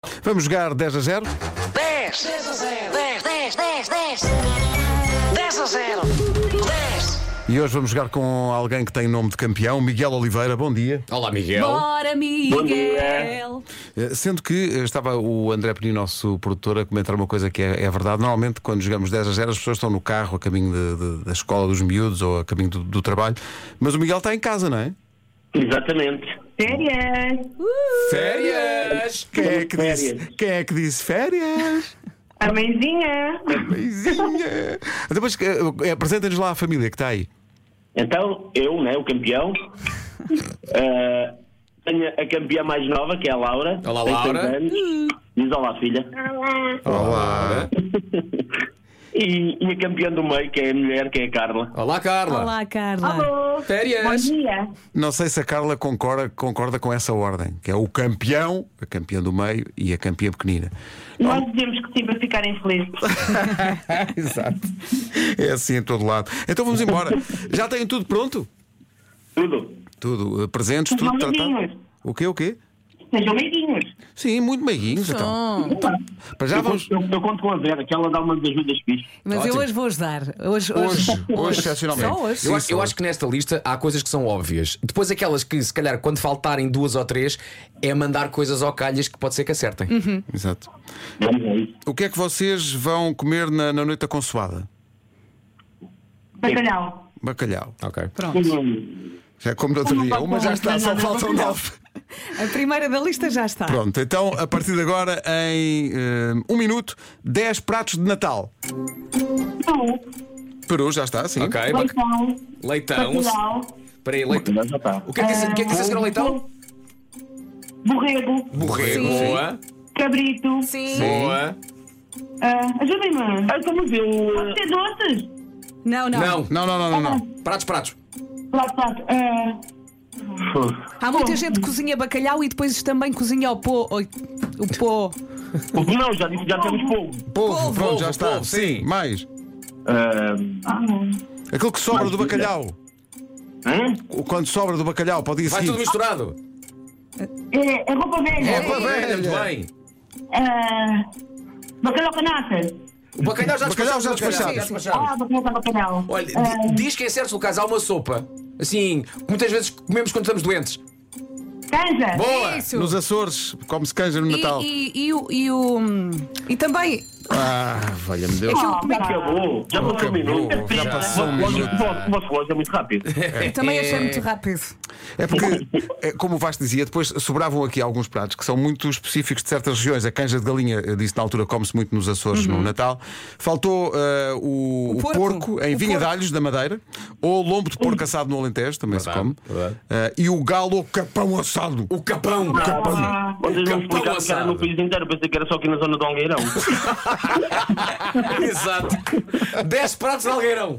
Vamos jogar 10-0. 10, 10 a 0, 10, 10, 10, 10, 10 a 0, 10. E hoje vamos jogar com alguém que tem nome de campeão, Miguel Oliveira. Bom dia. Olá, Miguel. Bora, Miguel! Sendo que estava o André Penin, nosso produtor, a comentar uma coisa que é verdade. Normalmente, quando jogamos 10-0, as pessoas estão no carro a caminho da escola dos miúdos ou a caminho do trabalho. Mas o Miguel está em casa, não é? Exatamente. Férias! Férias! Quem é que disse férias? A mãezinha! Mãezinha. Depois, apresenta-nos lá a família que está aí. Então, eu, né, o campeão, tenho a campeã mais nova, que é a Laura. Olá, tem Laura. 6 anos. Diz olá, filha. Olá. E a campeã do meio, que é a mulher, que é a Carla. Olá, Carla. Olá, Carla! Alô! Bom Férias! dia! Não sei se a Carla concorda com essa ordem, que é o campeão, a campeã do meio e a campeã pequenina. Nós dizemos que sim para ficarem felizes. Exato. É assim em todo lado. Então vamos embora. Já têm tudo pronto? Tudo. Tudo. Presentes, Sejam tudo tratado? meiguinhos. O quê? Sejam meiguinhos. Sim, muito meiguinhos. Então. Para já vamos. Eu conto com a Vera, que ela dá umas ajudas fixas. Mas Ótimo. eu hoje vou ajudar. Hoje, excepcionalmente. Só hoje? Eu acho que nesta lista há coisas que são óbvias. Depois aquelas que, se calhar, quando faltarem 2 ou 3, é mandar coisas ao calhas que pode ser que acertem. Exato. Vamos a isso. O que é que vocês vão comer na noite da consoada? Bacalhau. Bacalhau. Ok. Já como no outro dia. Uma já está, só faltam 9. A primeira da lista já está. Pronto, então a partir de agora, em 1 minuto, 10 pratos de Natal. Peru, já está, sim. Ok. Leitão. Leitão. Bacalhau. Espera aí, leitão. Já está. O que é que disse a senhora Leitão? Borrego. Borrego. Sim. Boa. Cabrito. Sim. Boa. Ajudem-me. Estamos eu. Pode ser doces? Não. Não. Pratos. Prato. Há muita gente que cozinha bacalhau e depois também cozinha o pó. O pó. Não, já disse, já temos fogo. Polvo, pronto, já está. polvo, sim. Mais. Aquilo que sobra do bacalhau. Quando sobra do bacalhau para o dia Vai tudo seguinte. misturado. É roupa velha. Roupa velha. Muito bem. Bacalhau com natas. O bacalhau já Bacalhau já despachado. despachado. Bacalhau com bacalhau. Olha, diz que em certos locais há uma sopa, assim, que muitas vezes comemos quando estamos doentes. Canja. Boa! Isso. Nos Açores, come-se canja no Natal. E também. Valha-me Deus. Acabou. Já passou um minuto. Já passou um minuto. O vosso relógio é muito rápido. Eu também achei muito rápido. É porque, como o Vasco dizia, depois sobravam aqui alguns pratos que são muito específicos de certas regiões. A canja de galinha, eu disse na altura, come-se muito nos Açores no Natal. Faltou o porco em vinha de alhos da Madeira, ou o lombo de porco assado no Alentejo, também se come. verdade. E o galo ou capão assado. O capão! Vocês não Capão explicaram que era assado. no país inteiro. Pensei que era só aqui na zona do Algueirão. Exato! 10 pratos de algueirão!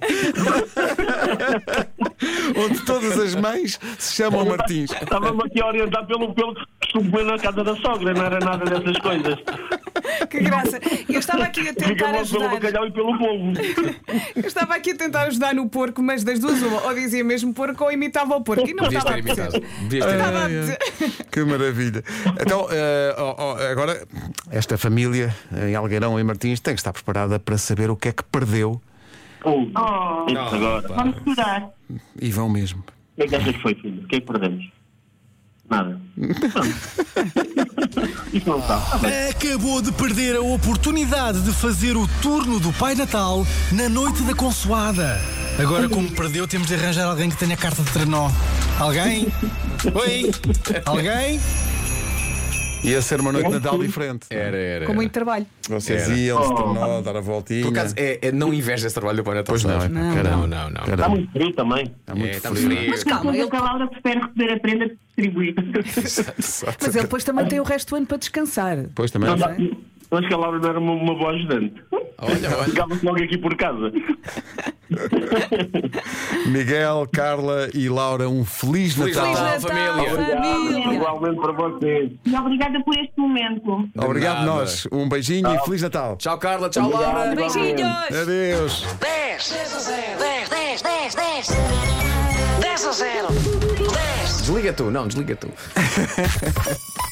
Onde todas as mães se chamam Martins. Estava-me aqui a orientar pelo que costumo comer na casa da sogra. Não era nada dessas coisas. Que graça. Eu estava aqui a Fica tentar logo pelo ajudar. bacalhau e pelo povo. Eu estava aqui a tentar ajudar no porco, mas das duas uma. Ou dizia mesmo porco ou imitava o porco. E não Devias estava ter a imitado. perceber. Devias ter Estava imitado. a dizer. Que maravilha. Então, agora, esta família em Algueirão, em Martins, tem que estar preparada para saber o que é que perdeu. Isso agora. Vamos estudar. E vão mesmo. O que é que achas que foi, filho? O que é que perdemos? Nada. Isso não está. Acabou de perder a oportunidade de fazer o turno do Pai Natal na noite da consoada. Agora, como perdeu, temos de arranjar alguém que tenha carta de trenó. Alguém? Oi? Alguém? Ia ser uma noite de Natal diferente. Era. Com muito trabalho. Vocês iam de trenó, dar a voltinha. Por acaso, não inveja esse trabalho do Pai Natal. Pois não, sabes? é caramba. Não. Está Caramba. muito frio também. Está muito Está frio. frio. Mas calma, ele... A Laura prefere receber a prenda que distribuir. mas ele depois também tem o resto do ano para descansar. Pois também. Eu acho que a Laura não era uma boa ajudante. Olha. Ficava-se logo aqui por casa. Miguel, Carla e Laura, um Feliz Natal. Feliz Natal, família! Igualmente para vocês. E obrigada por este momento. Obrigado nada. nós. Um beijinho e Feliz Natal. Tchau, Carla. Tchau, Laura. Beijinhos! Adeus. 10, 10 a 0, 10, 10, 10, 10. 10 a 0, 10. Desliga tu. Não, desliga tu.